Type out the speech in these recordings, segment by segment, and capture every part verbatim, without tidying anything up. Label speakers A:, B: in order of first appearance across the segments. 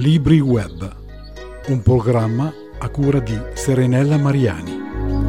A: Libri Web, un programma a cura di Serenella Mariani.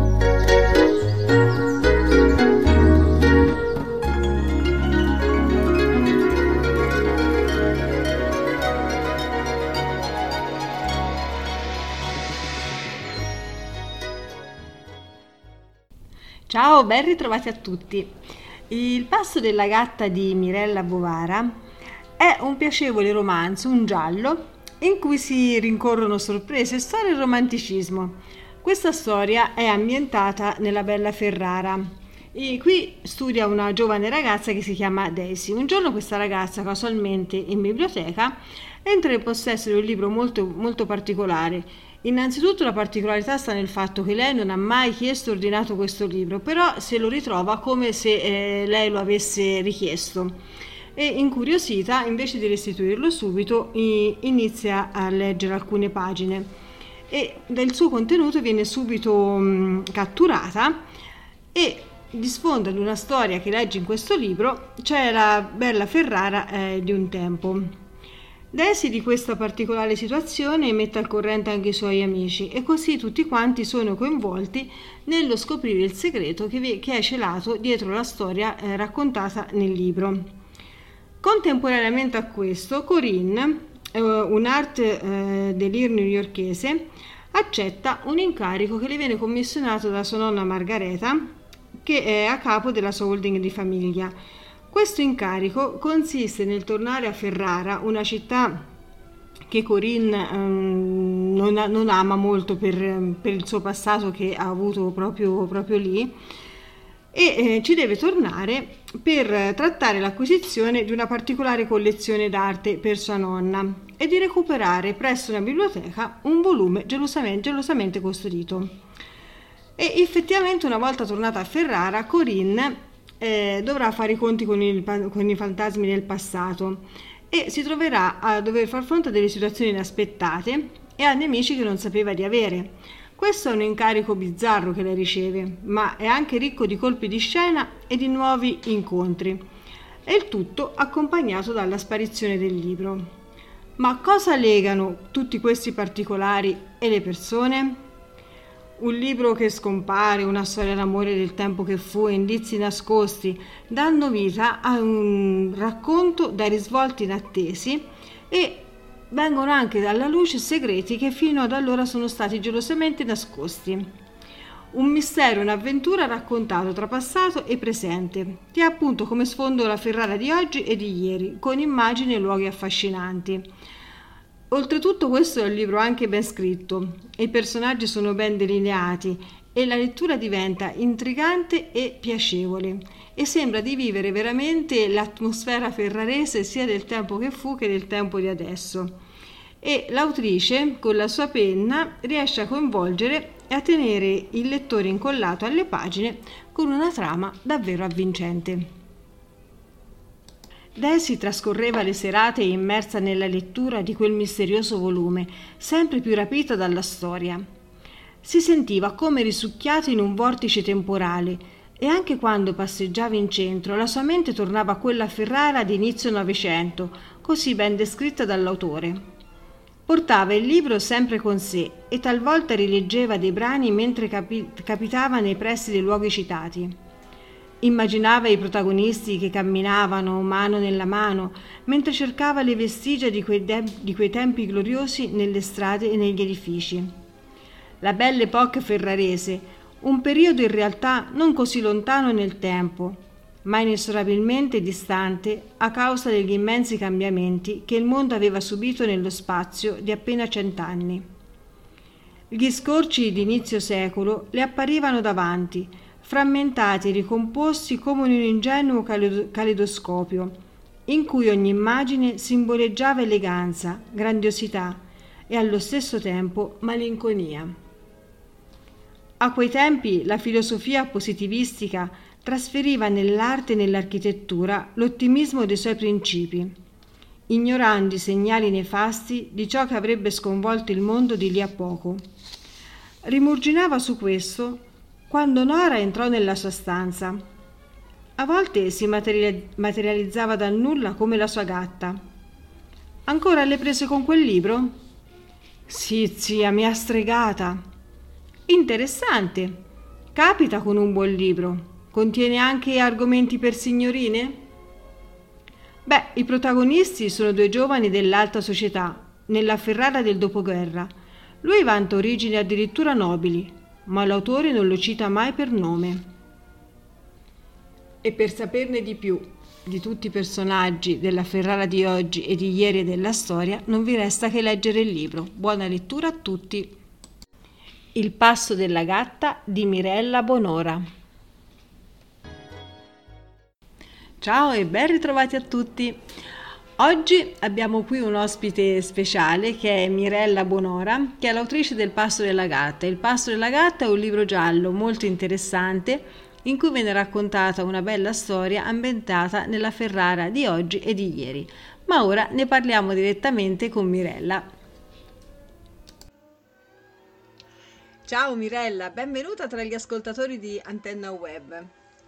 B: Ciao, ben ritrovati a tutti. Il passo della gatta di Mirella Bovara è un piacevole romanzo, un giallo, in cui si rincorrono sorprese, storie e romanticismo. Questa storia è ambientata nella bella Ferrara e qui studia una giovane ragazza che si chiama Daisy. Un giorno questa ragazza, casualmente in biblioteca, entra in possesso di un libro molto, molto particolare. Innanzitutto la particolarità sta nel fatto che lei non ha mai chiesto o ordinato questo libro, però se lo ritrova come se eh, lei lo avesse richiesto. E incuriosita, invece di restituirlo subito, inizia a leggere alcune pagine e del suo contenuto viene subito mh, catturata e di sfondo di una storia che legge in questo libro c'è la bella Ferrara eh, di un tempo. Daisy di questa particolare situazione mette al corrente anche i suoi amici e così tutti quanti sono coinvolti nello scoprire il segreto che, vi, che è celato dietro la storia eh, raccontata nel libro. Contemporaneamente a questo, Corinne, eh, un'arte eh, delir newyorkese, accetta un incarico che le viene commissionato da sua nonna Margareta, che è a capo della sua holding di famiglia. Questo incarico consiste nel tornare a Ferrara, una città che Corinne ehm, non, non ama molto per, per il suo passato che ha avuto proprio, proprio lì, e eh, ci deve tornare per trattare l'acquisizione di una particolare collezione d'arte per sua nonna e di recuperare presso una biblioteca un volume gelosamente, gelosamente custodito. E effettivamente una volta tornata a Ferrara, Corinne eh, dovrà fare i conti con, il, con i fantasmi del passato e si troverà a dover far fronte a delle situazioni inaspettate e a nemici che non sapeva di avere. Questo è un incarico bizzarro che lei riceve, ma è anche ricco di colpi di scena e di nuovi incontri, e il tutto accompagnato dalla sparizione del libro. Ma cosa legano tutti questi particolari e le persone? Un libro che scompare, una storia d'amore del tempo che fu, indizi nascosti, danno vita a un racconto dai risvolti inattesi e vengono anche alla luce segreti che fino ad allora sono stati gelosamente nascosti. Un mistero, un'avventura raccontato tra passato e presente, che ha appunto come sfondo la Ferrara di oggi e di ieri, con immagini e luoghi affascinanti. Oltretutto questo è un libro anche ben scritto, i personaggi sono ben delineati e la lettura diventa intrigante e piacevole e sembra di vivere veramente l'atmosfera ferrarese sia del tempo che fu che del tempo di adesso. E l'autrice con la sua penna riesce a coinvolgere e a tenere il lettore incollato alle pagine con una trama davvero avvincente. Daisy trascorreva le serate immersa nella lettura di quel misterioso volume, sempre più rapita dalla storia. Si sentiva come risucchiata in un vortice temporale e anche quando passeggiava in centro la sua mente tornava a quella Ferrara di inizio Novecento, così ben descritta dall'autore. Portava il libro sempre con sé e talvolta rileggeva dei brani mentre capi- capitava nei pressi dei luoghi citati. Immaginava i protagonisti che camminavano mano nella mano mentre cercava le vestigia di quei, de- di quei tempi gloriosi nelle strade e negli edifici. La belle époque ferrarese, un periodo in realtà non così lontano nel tempo, ma inesorabilmente distante a causa degli immensi cambiamenti che il mondo aveva subito nello spazio di appena cent'anni. Gli scorci di inizio secolo le apparivano davanti, frammentati e ricomposti come in un ingenuo caleidoscopio, in cui ogni immagine simboleggiava eleganza, grandiosità e allo stesso tempo malinconia. A quei tempi la filosofia positivistica trasferiva nell'arte e nell'architettura l'ottimismo dei suoi principi, ignorando i segnali nefasti di ciò che avrebbe sconvolto il mondo di lì a poco. Rimurginava su questo quando Nora entrò nella sua stanza. A volte si materializzava dal nulla come la sua gatta. Ancora alle prese con quel libro? Sì, zia, mi ha stregata. Interessante. Capita con un buon libro. Contiene anche argomenti per signorine? Beh, i protagonisti sono due giovani dell'alta società, nella Ferrara del dopoguerra. Lui vanta origini addirittura nobili, ma l'autore non lo cita mai per nome. E per saperne di più di tutti i personaggi della Ferrara di oggi e di ieri e della storia, non vi resta che leggere il libro. Buona lettura a tutti. Il passo della gatta di Mirella Bonora. Ciao e ben ritrovati a tutti. Oggi abbiamo qui un ospite speciale che è Mirella Bonora, che è l'autrice del Passo della gatta. Il Passo della gatta è un libro giallo molto interessante in cui viene raccontata una bella storia ambientata nella Ferrara di oggi e di ieri. Ma ora ne parliamo direttamente con Mirella. Ciao Mirella, benvenuta tra gli ascoltatori di Antenna Web.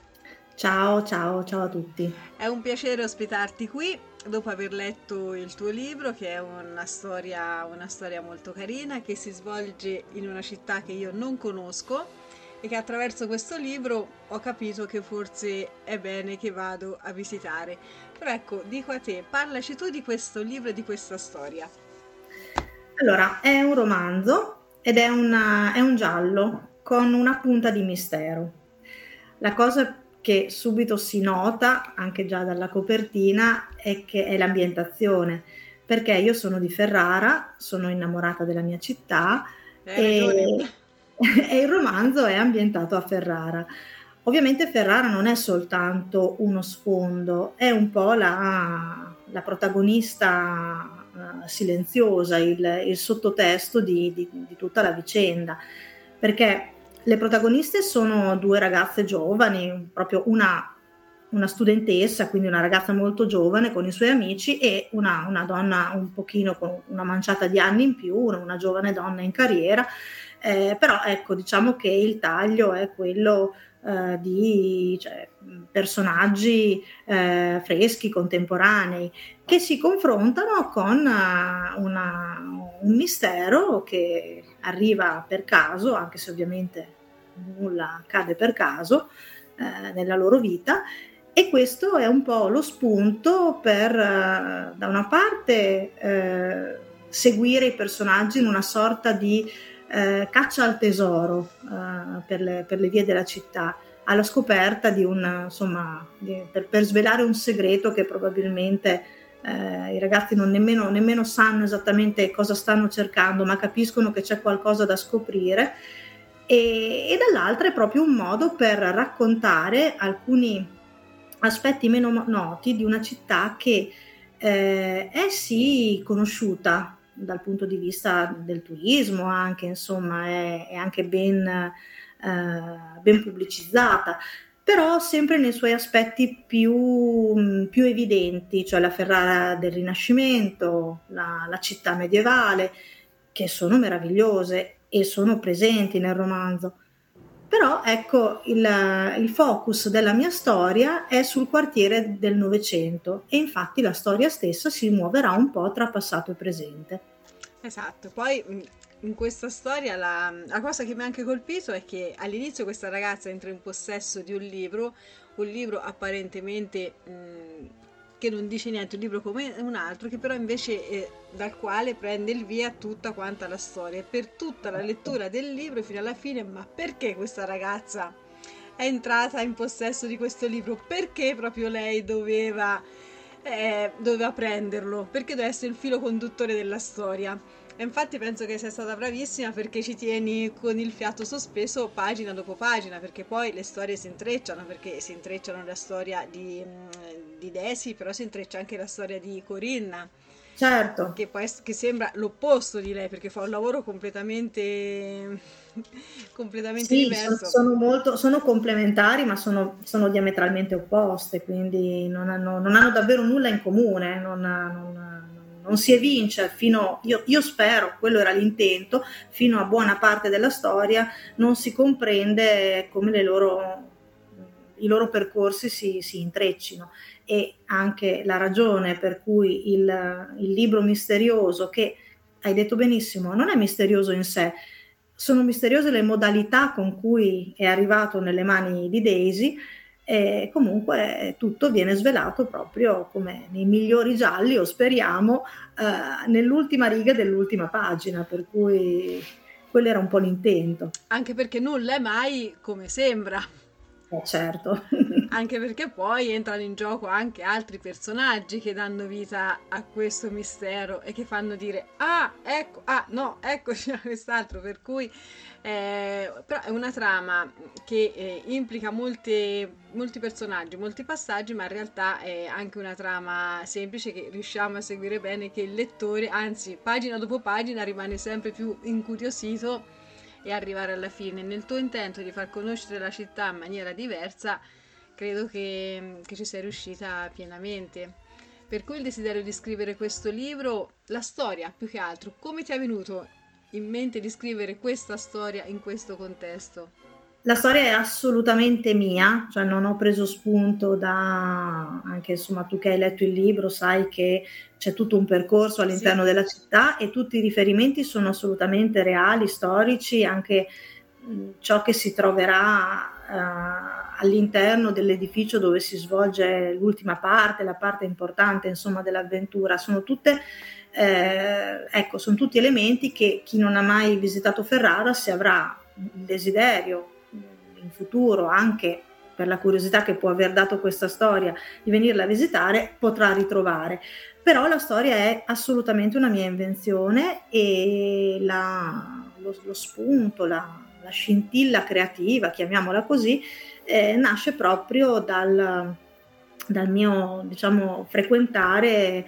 C: Ciao, ciao, ciao a tutti.
B: È un piacere ospitarti qui dopo aver letto il tuo libro, che è una storia, una storia molto carina, che si svolge in una città che io non conosco e che attraverso questo libro ho capito che forse è bene che vado a visitare. Però ecco, dico a te, parlaci tu di questo libro e di questa storia.
C: Allora, è un romanzo ed è, una, è un giallo con una punta di mistero. La cosa che subito si nota, anche già dalla copertina, è che è l'ambientazione, perché io sono di Ferrara, sono innamorata della mia città e, e il romanzo è ambientato a Ferrara. Ovviamente Ferrara non è soltanto uno sfondo, è un po' la, la protagonista uh, silenziosa, il, il sottotesto di, di, di tutta la vicenda, perché le protagoniste sono due ragazze giovani, proprio una, una studentessa, quindi una ragazza molto giovane con i suoi amici, e una, una donna un pochino con una manciata di anni in più, una, una giovane donna in carriera, eh, però ecco, diciamo che il taglio è quello eh, di cioè, personaggi eh, freschi, contemporanei, che si confrontano con uh, una, un mistero che arriva per caso, anche se ovviamente nulla accade per caso eh, nella loro vita, e questo è un po' lo spunto per uh, da una parte eh, seguire i personaggi in una sorta di eh, caccia al tesoro uh, per, le, per le vie della città, alla scoperta di un insomma di, per, per svelare un segreto che probabilmente eh, i ragazzi non nemmeno, nemmeno sanno esattamente cosa stanno cercando, ma capiscono che c'è qualcosa da scoprire. E, e dall'altra è proprio un modo per raccontare alcuni aspetti meno noti di una città che eh, è sì conosciuta dal punto di vista del turismo, anche insomma è, è anche ben, eh, ben pubblicizzata, però sempre nei suoi aspetti più, più evidenti, cioè la Ferrara del Rinascimento, la, la città medievale, che sono meravigliose e sono presenti nel romanzo. Però ecco, il, il focus della mia storia è sul quartiere del Novecento e infatti la storia stessa si muoverà un po' tra passato e presente.
B: Esatto, poi in questa storia la, la cosa che mi ha anche colpito è che all'inizio questa ragazza entra in possesso di un libro, un libro apparentemente mh, che non dice niente, un libro come un altro, che però invece eh, dal quale prende il via tutta quanta la storia. E per tutta la lettura del libro fino alla fine, ma perché questa ragazza è entrata in possesso di questo libro? Perché proprio lei doveva, eh, doveva prenderlo? Perché deve essere il filo conduttore della storia? E infatti penso che sia stata bravissima, perché ci tieni con il fiato sospeso pagina dopo pagina, perché poi le storie si intrecciano, perché si intrecciano la storia di, di Daisy, però si intreccia anche la storia di Corinna.
C: Certo.
B: Che, poi, che sembra l'opposto di lei, perché fa un lavoro completamente, completamente
C: sì,
B: diverso.
C: Sono, sono, molto, sono complementari, ma sono, sono diametralmente opposte, quindi non hanno, non hanno davvero nulla in comune, non, non, non si evince fino, io, io spero, quello era l'intento, fino a buona parte della storia non si comprende come le loro i loro percorsi si, si intreccino, e anche la ragione per cui il, il libro misterioso, che hai detto benissimo, non è misterioso in sé, sono misteriose le modalità con cui è arrivato nelle mani di Daisy, e comunque tutto viene svelato proprio come nei migliori gialli, o speriamo, eh, nell'ultima riga dell'ultima pagina, per cui quello era un po' l'intento.
B: Anche perché nulla è mai come sembra.
C: Eh, certo.
B: Anche perché poi entrano in gioco anche altri personaggi che danno vita a questo mistero e che fanno dire ah, ecco, ah, no, ecco c'è quest'altro, per cui eh, però è una trama che eh, implica molti, molti personaggi, molti passaggi, ma in realtà è anche una trama semplice che riusciamo a seguire bene, che il lettore, anzi, pagina dopo pagina, rimane sempre più incuriosito e arrivare alla fine. Nel tuo intento di far conoscere la città in maniera diversa, credo che, che ci sei riuscita pienamente. Per cui il desiderio di scrivere questo libro, la storia più che altro, come ti è venuto in mente di scrivere questa storia in questo contesto?
C: La storia è assolutamente mia, cioè non ho preso spunto da, anche insomma tu che hai letto il libro sai che c'è tutto un percorso all'interno sì. della città, e tutti i riferimenti sono assolutamente reali, storici, anche mh, ciò che si troverà uh, all'interno dell'edificio dove si svolge l'ultima parte, la parte importante insomma dell'avventura, sono tutte eh, ecco, sono tutti elementi che chi non ha mai visitato Ferrara, se avrà il desiderio in futuro, anche per la curiosità che può aver dato questa storia, di venirla a visitare, potrà ritrovare. Però la storia è assolutamente una mia invenzione, e la, lo, lo spunto, la, la scintilla creativa, chiamiamola così, eh, nasce proprio dal, dal mio, diciamo, frequentare eh,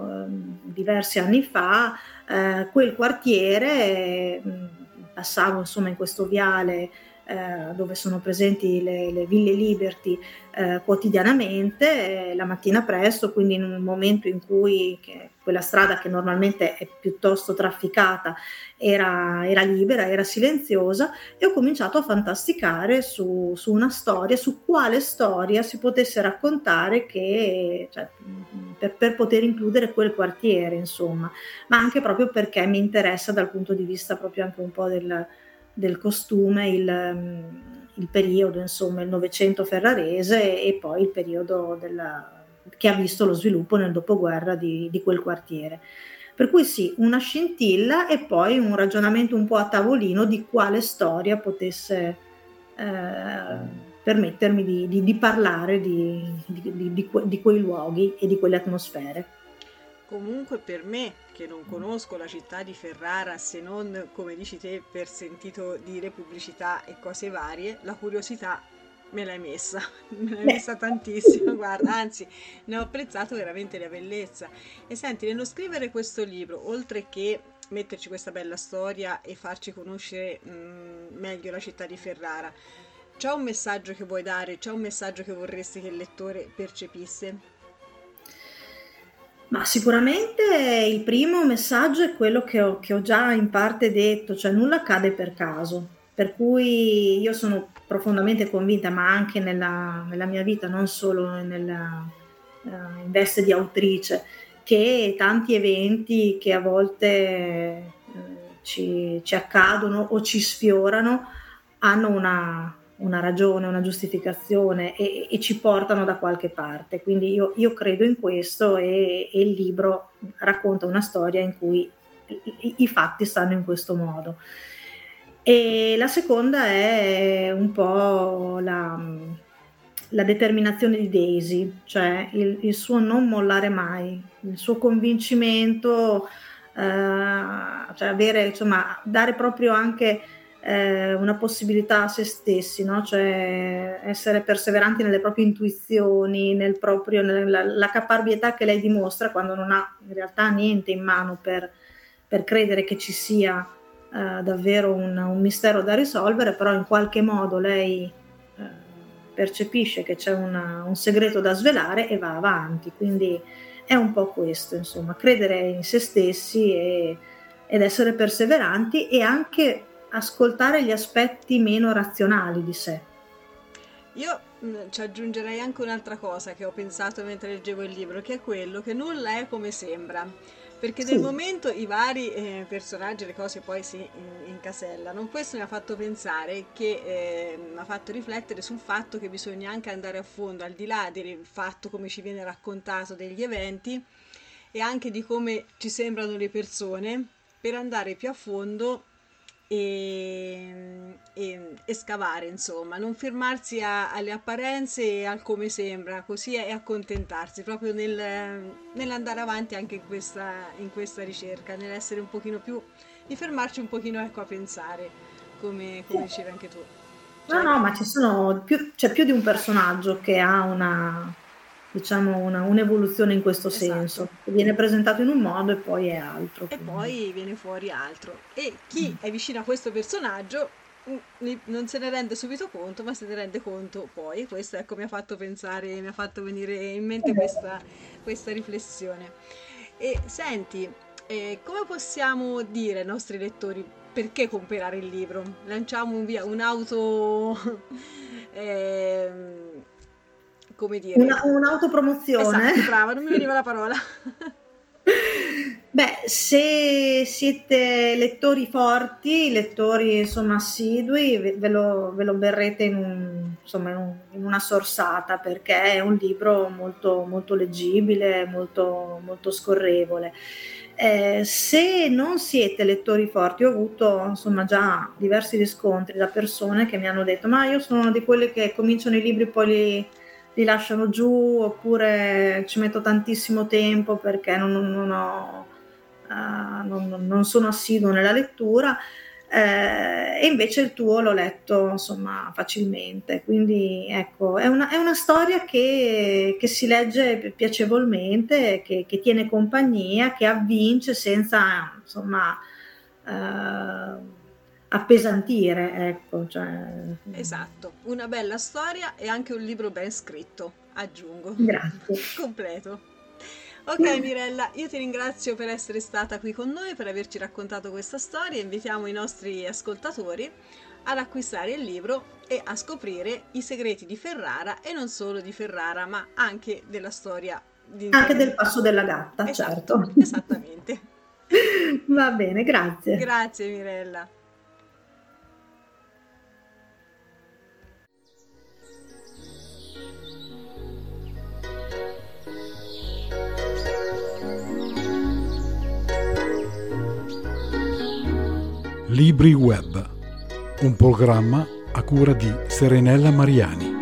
C: diversi anni fa eh, quel quartiere. Eh, passavo insomma in questo viale Eh, dove sono presenti le, le Ville Liberty eh, quotidianamente, eh, la mattina presto, quindi in un momento in cui che quella strada, che normalmente è piuttosto trafficata, era, era libera, era silenziosa, e ho cominciato a fantasticare su, su una storia, su quale storia si potesse raccontare, che, cioè, per, per poter includere quel quartiere, insomma, ma anche proprio perché mi interessa dal punto di vista proprio anche un po' del del costume, il, il periodo, insomma, il Novecento ferrarese, e poi il periodo della, che ha visto lo sviluppo nel dopoguerra di, di quel quartiere. Per cui sì, una scintilla, e poi un ragionamento un po' a tavolino di quale storia potesse eh, permettermi di, di, di parlare di, di, di, di, que, di quei luoghi e di quelle atmosfere.
B: Comunque, per me, che non conosco la città di Ferrara, se non, come dici te, per sentito dire pubblicità e cose varie, la curiosità me l'hai messa, me l'hai messa tantissimo, guarda, anzi, ne ho apprezzato veramente la bellezza. E senti, nello scrivere questo libro, oltre che metterci questa bella storia e farci conoscere mh, meglio la città di Ferrara, c'è un messaggio che vuoi dare, c'è un messaggio che vorresti che il lettore percepisse?
C: Ma sicuramente il primo messaggio è quello che ho, che ho già in parte detto, cioè nulla accade per caso, per cui io sono profondamente convinta, ma anche nella, nella mia vita, non solo nella, uh, in veste di autrice, che tanti eventi che a volte uh, ci, ci accadono o ci sfiorano hanno una... una ragione, una giustificazione, e, e ci portano da qualche parte. Quindi io, io credo in questo, e, e il libro racconta una storia in cui i, i fatti stanno in questo modo. E la seconda è un po' la, la determinazione di Daisy, cioè il, il suo non mollare mai, il suo convincimento, eh, cioè avere, insomma, dare proprio anche Eh, una possibilità a se stessi, no? Cioè essere perseveranti nelle proprie intuizioni, nel proprio, nella la caparbietà che lei dimostra quando non ha in realtà niente in mano per, per credere che ci sia eh, davvero un, un mistero da risolvere, però in qualche modo lei eh, percepisce che c'è una, un segreto da svelare e va avanti. Quindi è un po' questo, insomma, credere in se stessi e, ed essere perseveranti, e anche ascoltare gli aspetti meno razionali di sé.
B: Io mh, ci aggiungerei anche un'altra cosa che ho pensato mentre leggevo il libro, che è quello che nulla è come sembra. Perché
C: Sì,
B: del momento i vari eh, personaggi, le cose poi si in- incasellano. Questo mi ha fatto pensare che eh, mi ha fatto riflettere sul fatto che bisogna anche andare a fondo, al di là del fatto come ci viene raccontato degli eventi e anche di come ci sembrano le persone, per andare più a fondo e, e- e scavare, insomma, non fermarsi a- alle apparenze e al come sembra, così e accontentarsi proprio nel- nell'andare avanti anche in questa, in questa ricerca, nell'essere un pochino più, di fermarci un pochino, ecco, a pensare, come, come dicevi anche tu.
C: no,
B: Cioè,
C: no, ma ci sono più, c'è più di un personaggio che ha una, diciamo, una, un'evoluzione in questo
B: esatto.
C: senso. Viene presentato in un modo e poi è altro.
B: E
C: Quindi.
B: poi viene fuori altro. E chi è vicino a questo personaggio mm, ni- non se ne rende subito conto, ma se ne rende conto poi. Questo, ecco, mi ha fatto pensare, mi ha fatto venire in mente questa, questa riflessione. E senti, eh, come possiamo dire ai nostri lettori perché comprare il libro? Lanciamo un via un'auto, ehm, come dire,
C: Una, un'autopromozione.
B: esatto, brava, non mi veniva la parola.
C: Beh, se siete lettori forti, lettori insomma assidui, ve, ve lo, ve lo berrete in, un, insomma, in, un- in una sorsata perché è un libro molto, molto leggibile, molto, molto scorrevole. Eh, se non siete lettori forti, ho avuto insomma già diversi riscontri da persone che mi hanno detto: ma io sono una di quelle che cominciano i libri e poi li li lasciano giù, oppure ci metto tantissimo tempo perché non, non- non ho, eh, non- non sono assiduo nella lettura, eh, e invece il tuo l'ho letto insomma facilmente. Quindi ecco, è una, è una storia che, che si legge pi- piacevolmente, che, che tiene compagnia, che avvince senza insomma eh, appesantire, ecco, cioè,
B: Esatto, una bella storia e anche un libro ben scritto, aggiungo,
C: grazie.
B: completo. Ok Mirella, io ti ringrazio per essere stata qui con noi, per averci raccontato questa storia. Invitiamo i nostri ascoltatori ad acquistare il libro e a scoprire i segreti di Ferrara, e non solo di Ferrara, ma anche della storia di
C: Anche del
B: interno.
C: passo della gatta,
B: Esatto,
C: certo.
B: esattamente.
C: Va bene, grazie.
B: Grazie Mirella.
A: Libri Web, un programma a cura di Serenella Mariani.